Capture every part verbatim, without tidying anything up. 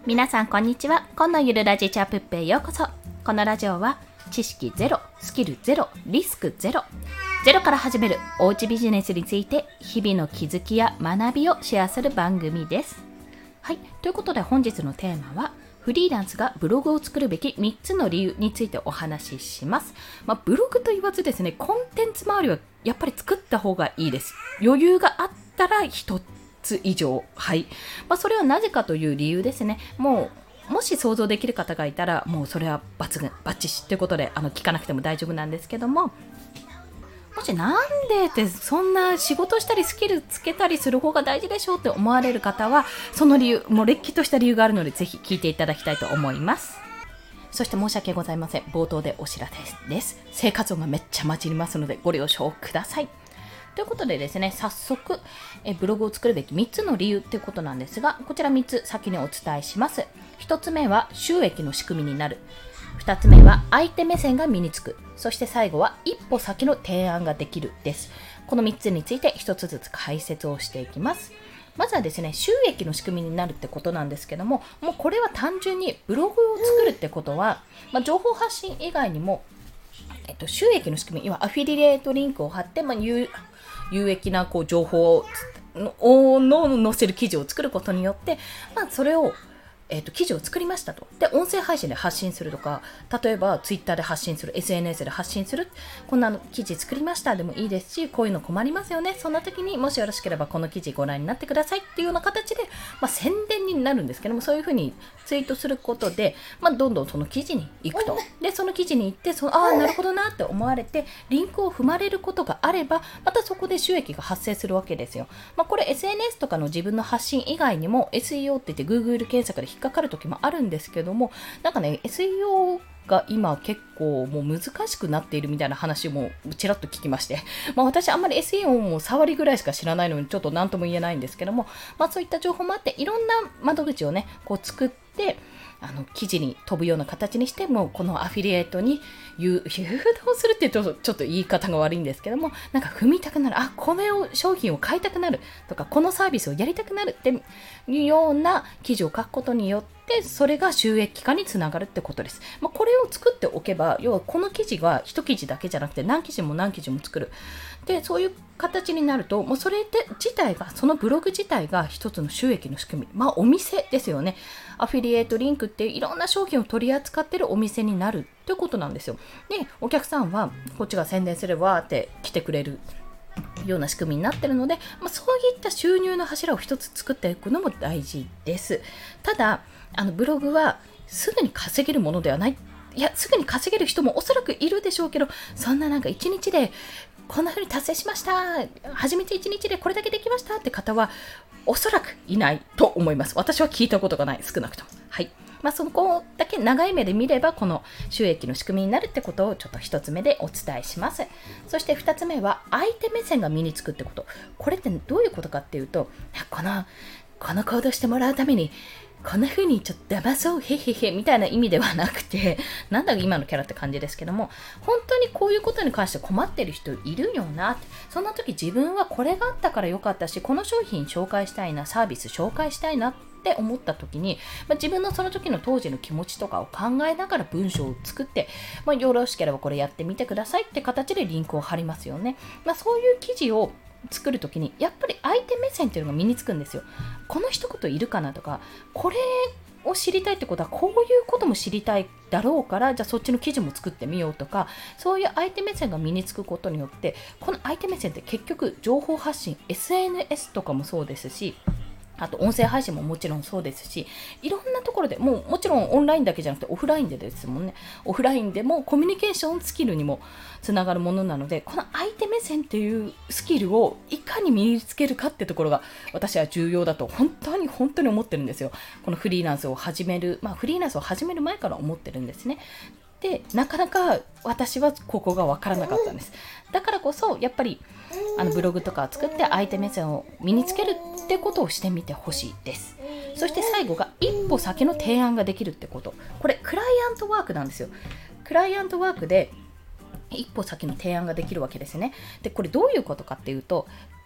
皆さんこんにちは。今のゆるラジチャップッペへようこそ。このラジオは知識ゼロ、スキルゼロ、リスクゼロ、ゼロから始めるおうちビジネスについて日々の気づきや学びをシェアする番組です。はい、ということで本日のテーマはフリーランスがブログを作るべきみっつの理由についてお話しします。まあ、ブログと言わずですね、コンテンツ周りはやっぱり作った方がいいです。余裕があったら一つ以上。はい。まあ、それはなぜかという理由ですね。もう、もし想像できる方がいたら、もうそれは抜群、バッチシということで、あの、聞かなくても大丈夫なんですけども、もしなんでってそんな仕事したりスキルつけたりする方が大事でしょうって思われる方は、その理由、もうれっきとした理由があるので、ぜひ聞いていただきたいと思います。そして申し訳ございません。冒頭でお知らせです。生活音がめっちゃ混じりますのでご了承ください。ということでですね、早速えブログを作るべきみっつの理由ということなんですが、こちらみっつ先にお伝えします。ひとつめは収益の仕組みになる。ふたつめは相手目線が身につく。そして最後は一歩先の提案ができるです。このみっつについてひとつずつ解説をしていきます。まずはですね、収益の仕組みになるってことなんですけども、もうこれは単純にブログを作るってことは、まあ、情報発信以外にも、えっと、収益の仕組み、要はアフィリエイトリンクを貼って、まあ、有, 有益なこう情報をの載せる記事を作ることによって、まあ、それをえー、と記事を作りましたと。で、音声配信で発信するとか、例えばツイッターで発信する、エスエヌエス で発信する、こんなの記事作りましたでもいいですし、こういうの困りますよね。そんな時にもしよろしければこの記事ご覧になってくださいっていうような形で、まあ、宣伝になるんですけども、そういうふうにツイートすることで、まあ、どんどんその記事に行くと。で、その記事に行って、そのああ、なるほどなって思われて、リンクを踏まれることがあれば、またそこで収益が発生するわけですよ。まあ、これ エスエヌエス とかの自分の発信以外にも エスイーオー って言って Google 検索で引っかかる時もあるんですけども、なんかね エスイーオー が今結構もう難しくなっているみたいな話もちらっと聞きまして、まあ、私あんまり エスイーオー も触りぐらいしか知らないのにちょっと何とも言えないんですけども、まあ、そういった情報もあっていろんな窓口をねこう作ってあの記事に飛ぶような形にしても、このアフィリエイトに誘導するって言うとちょっと言い方が悪いんですけども、なんか踏みたくなる、あ、この商品を買いたくなるとか、このサービスをやりたくなるっていうような記事を書くことによってそれが収益化につながるってことです。まあ、これを作っておけば、要はこの記事が一記事だけじゃなくて何記事も何記事も作る。で、そういう形になると、もうそれで自体が、そのブログ自体が一つの収益の仕組み。まあお店ですよね。アフィリエイトリンクっていろんな商品を取り扱っているお店になるということなんですよ。で、お客さんはこっちが宣伝すればって来てくれるような仕組みになっているので、まあ、そういった収入の柱を一つ作っていくのも大事です。ただ、あのブログはすぐに稼げるものではない。いや、すぐに稼げる人もおそらくいるでしょうけど、そんななんかいちにちでこんな風に達成しました、初めていちにちでこれだけできましたって方はおそらくいないと思います。私は聞いたことがない、少なくとも。はい。まあ、そこだけ長い目で見ればこの収益の仕組みになるってことをちょっと一つ目でお伝えします。そして二つ目は相手目線が身につくってこと。これってどういうことかっていうと、このこの行動してもらうためにこんな風にちょっと騙そうへへへみたいな意味ではなくて、なんだ今のキャラって感じですけども、本当にこういうことに関して困ってる人いるよなって、そんな時自分はこれがあったからよかったし、この商品紹介したいな、サービス紹介したいなって思った時に、まあ、自分のその時の当時の気持ちとかを考えながら文章を作って、まあ、よろしければこれやってみてくださいって形でリンクを貼りますよね。まあ、そういう記事を作るときにやっぱり相手目線っていうのが身につくんですよ。この一言いるかなとか、これを知りたいってことはこういうことも知りたいだろうから、じゃあそっちの記事も作ってみようとか、そういう相手目線が身につくことによって、この相手目線って結局情報発信 エスエヌエス とかもそうですし、あと音声配信ももちろんそうですし、いろんなところでもうもちろんオンラインだけじゃなくてオフラインでですもんね。オフラインでもコミュニケーションスキルにもつながるものなので、この相手目線っていうスキルをいかに身につけるかってところが私は重要だと本当に本当に思ってるんですよ。このフリーランスを始める、まあフリーランスを始める前から思ってるんですね。で、なかなか私はここが分からなかったんです。だからこそやっぱりあのブログとかを作って相手目線を身につけるってことをしてみてほしいです。そして最後が一歩先の提案ができるってこと。これクライアントワークなんですよ。クライアントワークで一歩先の提案ができるわけですね。で、これどういうことかっていうと、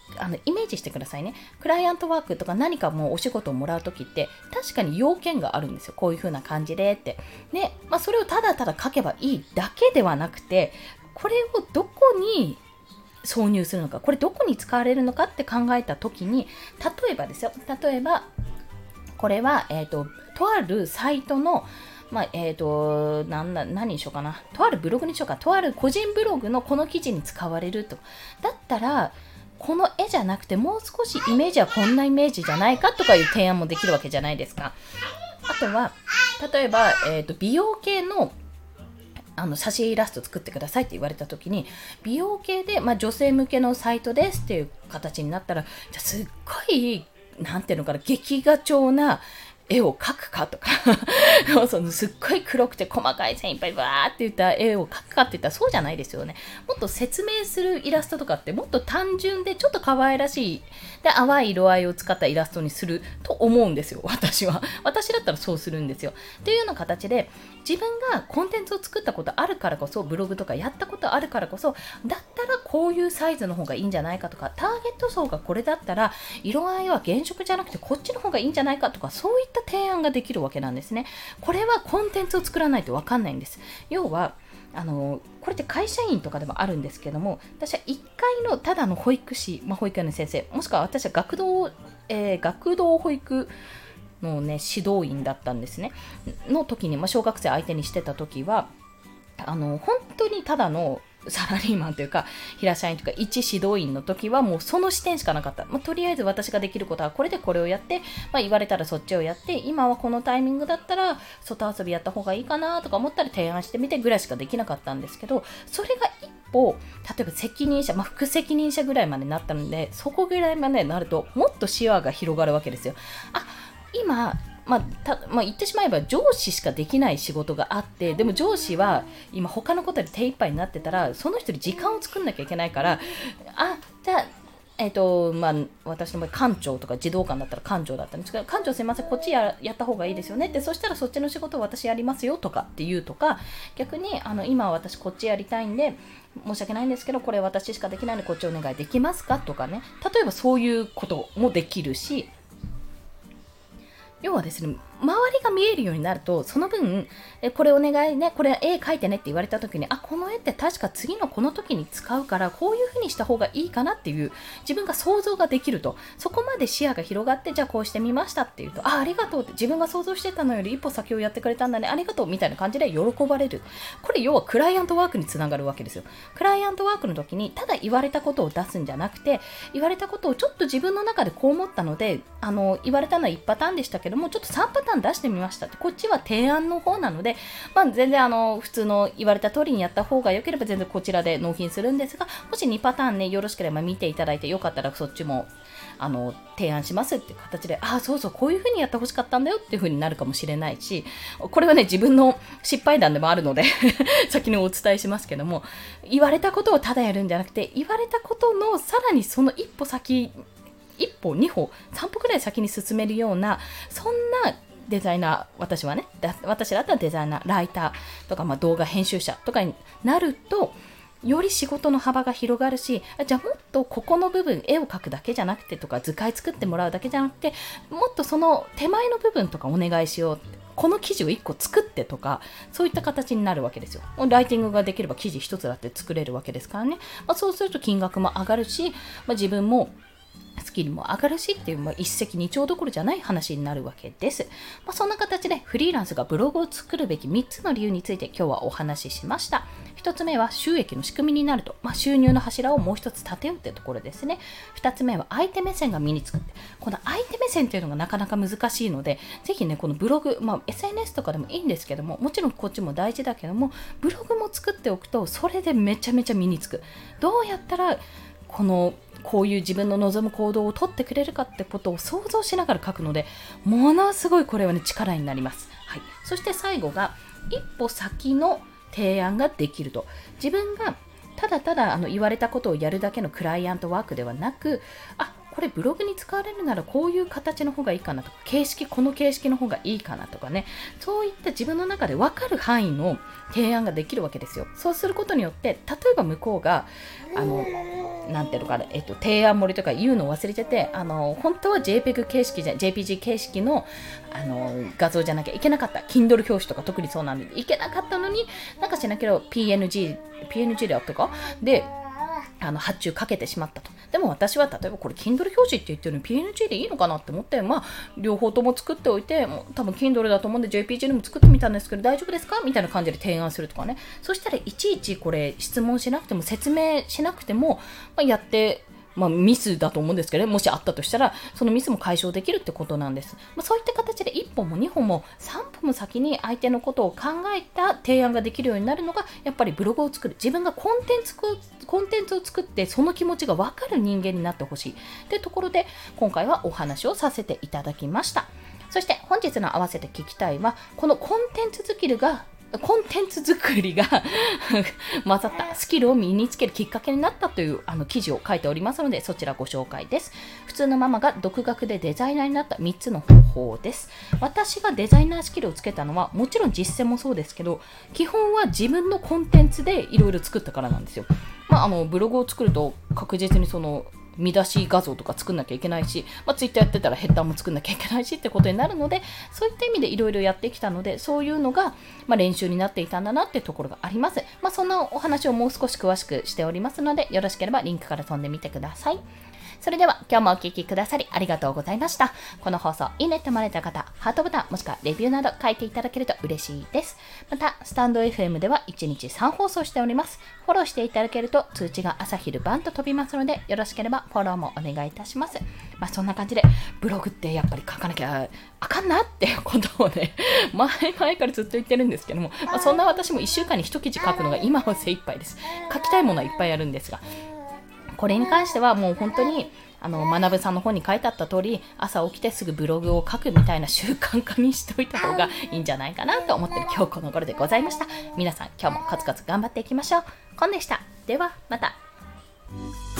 あのイメージしてくださいね。クライアントワークとか何かもうお仕事をもらうときって確かに要件があるんですよ。こういう風な感じでって。で、まあ、それをただただ書けばいいだけではなくて、これをどこに挿入するのか、これどこに使われるのかって考えたときに、例えばですよ、例えばこれは、えーと、とあるサイトのまあ、えっ、ー、と、なんだ、何にしようかな。とあるブログにしようか。とある個人ブログのこの記事に使われると。だったら、この絵じゃなくてもう少しイメージはこんなイメージじゃないかとかいう提案もできるわけじゃないですか。あとは、例えば、えっ、ー、と、美容系のあの挿絵イラスト作ってくださいって言われた時に、美容系で、まあ、女性向けのサイトですっていう形になったら、じゃあすっごい、なんていうのかな、劇画調な絵を描くかとかそのすっごい黒くて細かい線いっぱいバーっていった絵を描くかって言ったらそうじゃないですよね。もっと説明するイラストとかってもっと単純でちょっと可愛らしいで淡い色合いを使ったイラストにすると思うんですよ。私は私だったらそうするんですよ。っていうような形で自分がコンテンツを作ったことあるからこそ、ブログとかやったことあるからこそ、だったらこういうサイズの方がいいんじゃないかとか、ターゲット層がこれだったら色合いは原色じゃなくてこっちの方がいいんじゃないかとか、そういった提案ができるわけなんですね。これはコンテンツを作らないと分かんないんです。要はあのこれって会社員とかでもあるんですけども、私はいっかいのただの保育士、まあ、保育園の先生、もしくは私は学童、えー、学童保育の、ね、指導員だったんですね。の時に、まあ、小学生相手にしてた時はあの本当にただのサラリーマンというか平社員というか一指導員の時はもうその視点しかなかった、まあ、とりあえず私ができることはこれでこれをやって、まあ、言われたらそっちをやって、今はこのタイミングだったら外遊びやった方がいいかなとか思ったら提案してみてぐらいしかできなかったんですけど、それが一歩例えば責任者、まあ、副責任者ぐらいまでなったので、そこぐらいまでなるともっと視野が広がるわけですよ。あ、今まあたまあ、言ってしまえば上司しかできない仕事があって、でも上司は今他のことで手一杯になってたらその人に時間を作んなきゃいけないから、あ、じゃあえーとまあ、私の場合館長とか児童館だったら館長だったんですけど、館長すいませんこっち や, やった方がいいですよねって、そしたらそっちの仕事を私やりますよとかっていうとか、逆にあの今は私こっちやりたいんで申し訳ないんですけどこれ私しかできないのでこっちお願いできますかとかね、例えばそういうこともできるし、要はですね、周りが見えるようになると、その分、えこれお願いね、これ絵描いてねって言われた時に、あ、この絵って確か次のこの時に使うから、こういう風にした方がいいかなっていう、自分が想像ができると、そこまで視野が広がって、じゃあこうしてみましたっていうと、あ、ありがとうって、自分が想像してたのより一歩先をやってくれたんだね、ありがとうみたいな感じで喜ばれる。これ要はクライアントワークにつながるわけですよ。クライアントワークの時に、ただ言われたことを出すんじゃなくて、言われたことをちょっと自分の中でこう思ったので、あの、言われたのはワンパターンでしたけども、ちょっとさんパターン出してみました。こっちは提案の方なので、まあ、全然あの普通の言われた通りにやった方が良ければ全然こちらで納品するんですが、もしにパターンねよろしければ見ていただいて、よかったらそっちもあの提案しますっていう形で、ああそうそうこういう風にやってほしかったんだよっていう風になるかもしれないし、これはね自分の失敗談でもあるので先にお伝えしますけども、言われたことをただやるんじゃなくて、言われたことのさらにその一歩先、一歩二歩三歩くらい先に進めるような、そんなデザイナー、私はね、だ私だったらデザイナー、ライターとか、まあ、動画編集者とかになると、より仕事の幅が広がるし、じゃあもっとここの部分、絵を描くだけじゃなくてとか、図解作ってもらうだけじゃなくて、もっとその手前の部分とかお願いしようって、この記事をいっこ作ってとか、そういった形になるわけですよ。ライティングができれば記事ひとつだって作れるわけですからね。まあ、そうすると金額も上がるし、まあ、自分もスキルも上がるしっていう、まあ、一石二鳥どころじゃない話になるわけです。まあ、そんな形でフリーランスがブログを作るべきみっつの理由について今日はお話ししました。ひとつめは収益の仕組みになると、まあ、収入の柱をもう一つ立てようってところですね。ふたつめは相手目線が身につくって、この相手目線っていうのがなかなか難しいので、ぜひねこのブログ、まあ、エスエヌエス とかでもいいんですけども、もちろんこっちも大事だけども、ブログも作っておくとそれでめちゃめちゃ身につく。どうやったらこのこういう自分の望む行動を取ってくれるかってことを想像しながら書くので、ものすごいこれはね力になります。はい、そして最後が一歩先の提案ができると、自分がただただあの言われたことをやるだけのクライアントワークではなく、あこれブログに使われるならこういう形の方がいいかなとか、形式この形式の方がいいかなとかね、そういった自分の中で分かる範囲の提案ができるわけですよ。そうすることによって例えば向こうがあのなんていうのかな、えっと、提案盛りとか言うのを忘れてて、あの本当は ジェイペグ 形式じゃ ジェイピージー 形式の、あの画像じゃなきゃいけなかった Kindle 表紙とか特にそうなんでいけなかったのに、なんかしなければ ピーエヌジー ピーエヌジー であったかであの発注かけてしまったと。でも私は例えばこれ Kindle 表示って言ってるのに ピーエヌジー でいいのかなって思って、まあ両方とも作っておいて、もう多分 Kindle だと思うんで ジェイピージー でも作ってみたんですけど大丈夫ですかみたいな感じで提案するとかね。そしたらいちいちこれ質問しなくても説明しなくても、まあ、やってまあ、ミスだと思うんですけど、ね、もしあったとしたらそのミスも解消できるってことなんです。まあ、そういった形でいっぽんもにほんもさんぽんも先に相手のことを考えた提案ができるようになるのがやっぱりブログを作る、自分がコンテンツコンテンツを作ってその気持ちが分かる人間になってほしいというところで今回はお話をさせていただきました。そして本日の合わせて聞きたいは、このコンテンツスキルがコンテンツ作りが混ざったスキルを身につけるきっかけになったというあの記事を書いておりますので、そちらご紹介です。普通のママが独学でデザイナーになったみっつの方法です。私がデザイナースキルをつけたのはもちろん実践もそうですけど、基本は自分のコンテンツでいろいろ作ったからなんですよ。まあ、あのブログを作ると確実にその見出し画像とか作んなきゃいけないし、まあ、ツイッターやってたらヘッダーも作んなきゃいけないしってことになるので、そういった意味でいろいろやってきたので、そういうのが、まあ、練習になっていたんだなっていうところがあります。まあ、そんなお話をもう少し詳しくしておりますので、よろしければリンクから飛んでみてください。それでは今日もお聞きくださりありがとうございました。この放送いいねって思われた方、ハートボタンもしくはレビューなど書いていただけると嬉しいです。またスタンド エフエム ではいちにちさん放送しております。フォローしていただけると通知が朝昼晩と飛びますので、よろしければフォローもお願いいたします。まあそんな感じでブログってやっぱり書かなきゃあかんなってことをね、前々からずっと言ってるんですけども、まあ、そんな私もいっしゅうかんに一記事書くのが今は精一杯です。書きたいものはいっぱいあるんですが、これに関してはもう本当にあの学さんの本に書いてあった通り、朝起きてすぐブログを書くみたいな習慣化にしておいた方がいいんじゃないかなと思ってる今日この頃でございました。皆さん今日もコツコツ頑張っていきましょう。コンでした。ではまた。